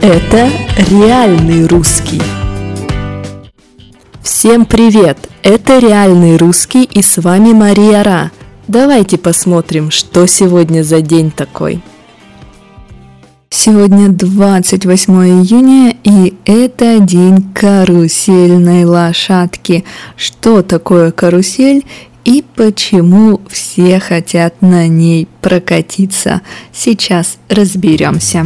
Это реальный русский. Всем привет! Это реальный русский, и с вами Мария Ра. Давайте посмотрим, что сегодня за день такой. Сегодня 28 июня, и это день карусельной лошадки. Что такое карусель и почему все хотят на ней прокатиться? Сейчас разберемся.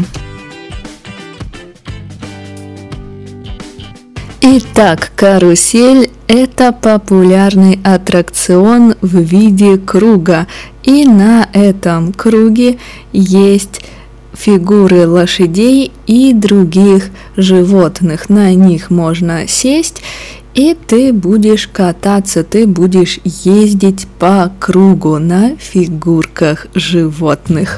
Итак, карусель – это популярный аттракцион в виде круга, и на этом круге есть фигуры лошадей и других животных. На них можно сесть, и ты будешь кататься, ты будешь ездить по кругу на фигурках животных.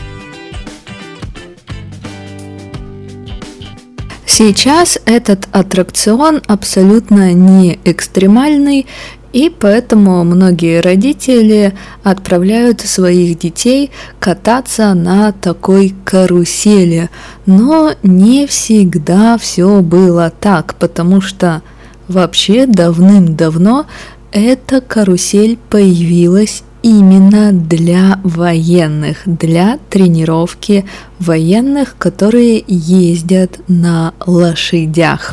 Сейчас этот аттракцион абсолютно не экстремальный, и поэтому многие родители отправляют своих детей кататься на такой карусели. Но не всегда все было так, потому что вообще давным-давно эта карусель появилась именно для военных, для тренировки военных, которые ездят на лошадях.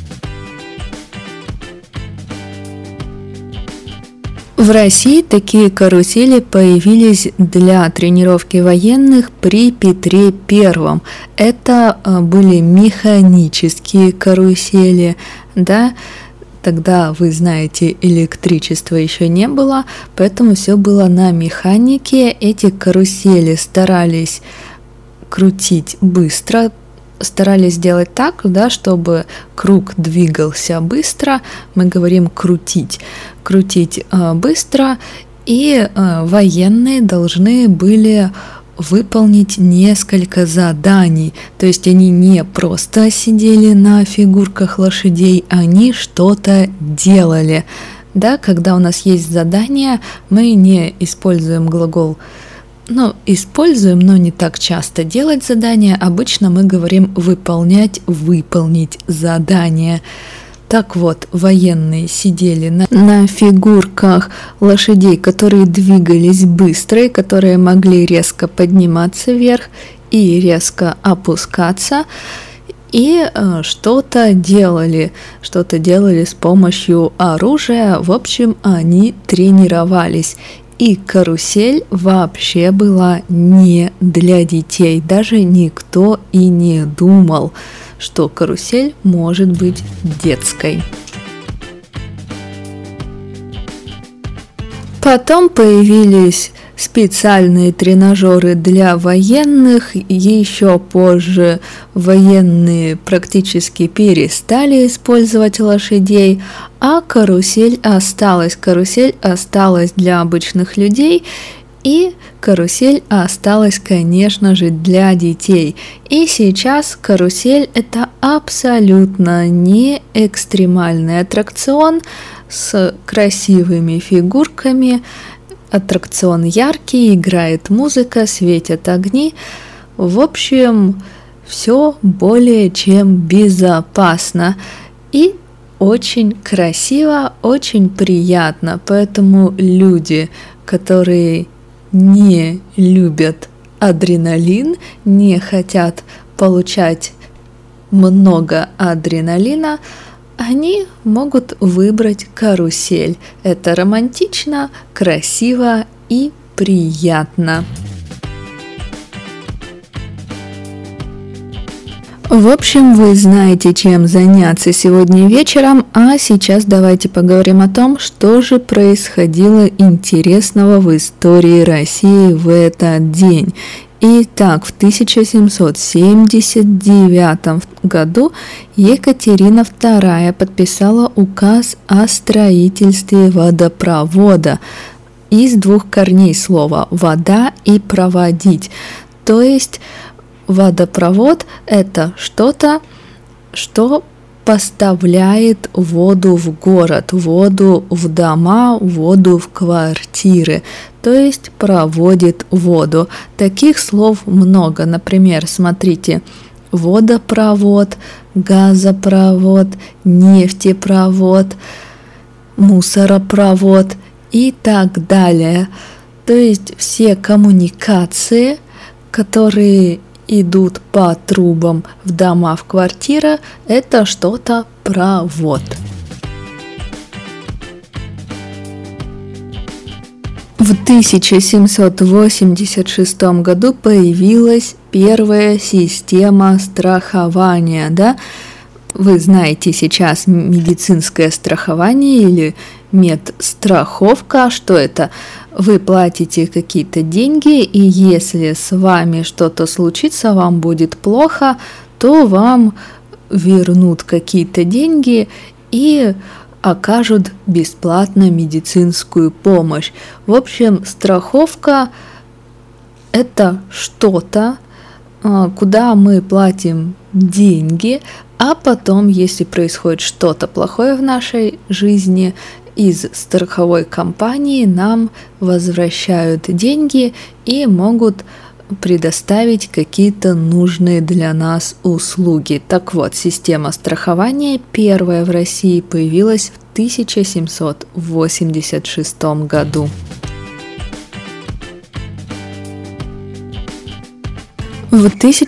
В России такие карусели появились для тренировки военных при Петре I. Это были механические карусели, да. Тогда, вы знаете, электричества еще не было, поэтому все было на механике. Эти карусели старались крутить быстро, старались сделать так, да, чтобы круг двигался быстро. Мы говорим крутить быстро, и военные должны были выполнить несколько заданий. То есть они не просто сидели на фигурках лошадей, они что-то делали. Да, когда у нас есть задание, мы не используем глагол, используем, но не так часто делать задание. Обычно мы говорим выполнить задание. Так вот, военные сидели на фигурках лошадей, которые двигались быстро, и которые могли резко подниматься вверх и резко опускаться, и что-то делали с помощью оружия. В общем, они тренировались. И карусель вообще была не для детей. Даже никто и не думал, что карусель может быть детской. Потом появились специальные тренажеры для военных. Еще позже военные практически перестали использовать лошадей, а карусель осталась. Карусель осталась для обычных людей, и карусель осталась, конечно же, для детей. И сейчас карусель – это абсолютно не экстремальный аттракцион с красивыми фигурками. Аттракцион яркий, играет музыка, светят огни. В общем, все более чем безопасно и очень красиво, очень приятно. Поэтому люди, которые не любят адреналин, не хотят получать много адреналина, они могут выбрать карусель. Это романтично, красиво и приятно. В общем, вы знаете, чем заняться сегодня вечером, а сейчас давайте поговорим о том, что же происходило интересного в истории России в этот день. Итак, в 1779 году Екатерина II подписала указ о строительстве водопровода. Из двух корней слова «вода» и «проводить». То есть водопровод – это что-то, что поставляет воду в город, воду в дома, воду в квартиры, то есть проводит воду. Таких слов много. Например, смотрите, водопровод, газопровод, нефтепровод, мусоропровод и так далее. То есть все коммуникации, которые идут по трубам в дома, в квартиры, это что-то провод. В 1786 году появилась первая система страхования, да? Вы знаете сейчас медицинское страхование или медстраховка, что это? Вы платите какие-то деньги, и если с вами что-то случится, вам будет плохо, то вам вернут какие-то деньги и окажут бесплатно медицинскую помощь. В общем, страховка – это что-то, куда мы платим деньги, а потом, если происходит что-то плохое в нашей жизни, из страховой компании нам возвращают деньги и могут предоставить какие-то нужные для нас услуги. Так вот, система страхования первая в России появилась в 1786 году. В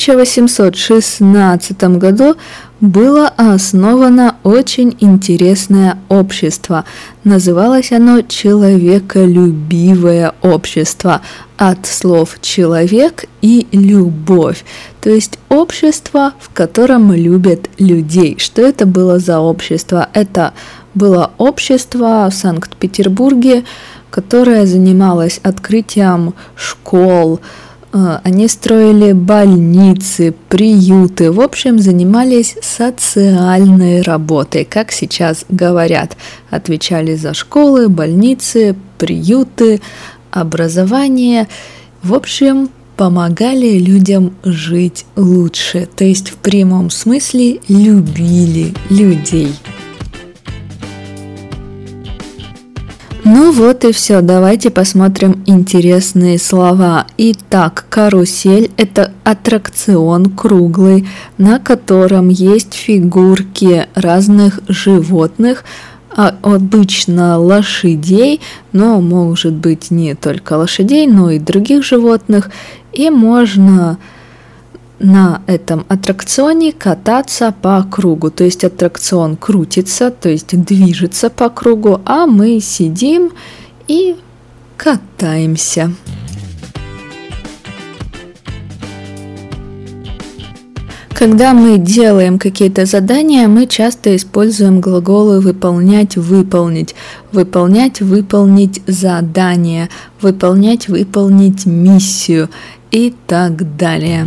1816 году было основано очень интересное общество. Называлось оно «Человеколюбивое общество», от слов «человек» и «любовь», то есть общество, в котором любят людей. Что это было за общество? Это было общество в Санкт-Петербурге, которое занималось открытием школ. Они строили больницы, приюты, в общем, занимались социальной работой, как сейчас говорят. Отвечали за школы, больницы, приюты, образование. В общем, помогали людям жить лучше, то есть в прямом смысле любили людей. Ну вот и все, давайте посмотрим интересные слова. Итак, карусель – это аттракцион круглый, на котором есть фигурки разных животных, обычно лошадей, но может быть не только лошадей, но и других животных, и можно на этом аттракционе кататься по кругу, то есть аттракцион крутится, то есть движется по кругу, а мы сидим и катаемся. Когда мы делаем какие-то задания, мы часто используем глаголы «выполнять», «выполнить», «выполнять», «выполнить задание», «выполнять», «выполнить миссию» и так далее.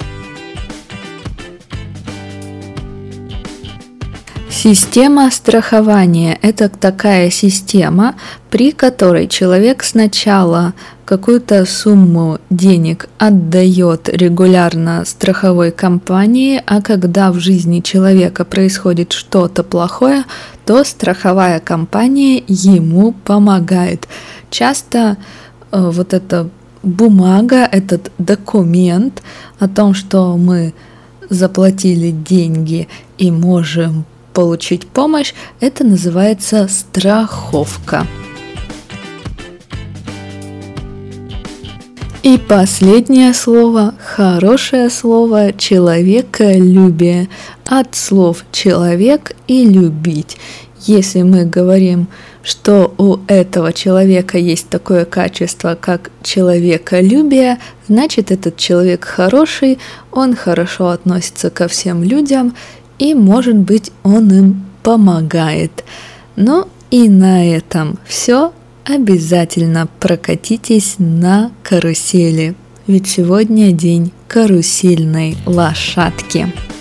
Система страхования – это такая система, при которой человек сначала какую-то сумму денег отдает регулярно страховой компании, а когда в жизни человека происходит что-то плохое, то страховая компания ему помогает. Часто вот эта бумага, этот документ о том, что мы заплатили деньги и можем получить помощь, это называется страховка. И последнее слово, хорошее слово, человеколюбие, от слов человек и любить. Если мы говорим, что у этого человека есть такое качество, как человеколюбие, значит, этот человек хороший, он хорошо относится ко всем людям, и, может быть, он им помогает. Ну и на этом все. Обязательно прокатитесь на карусели, ведь сегодня день карусельной лошадки.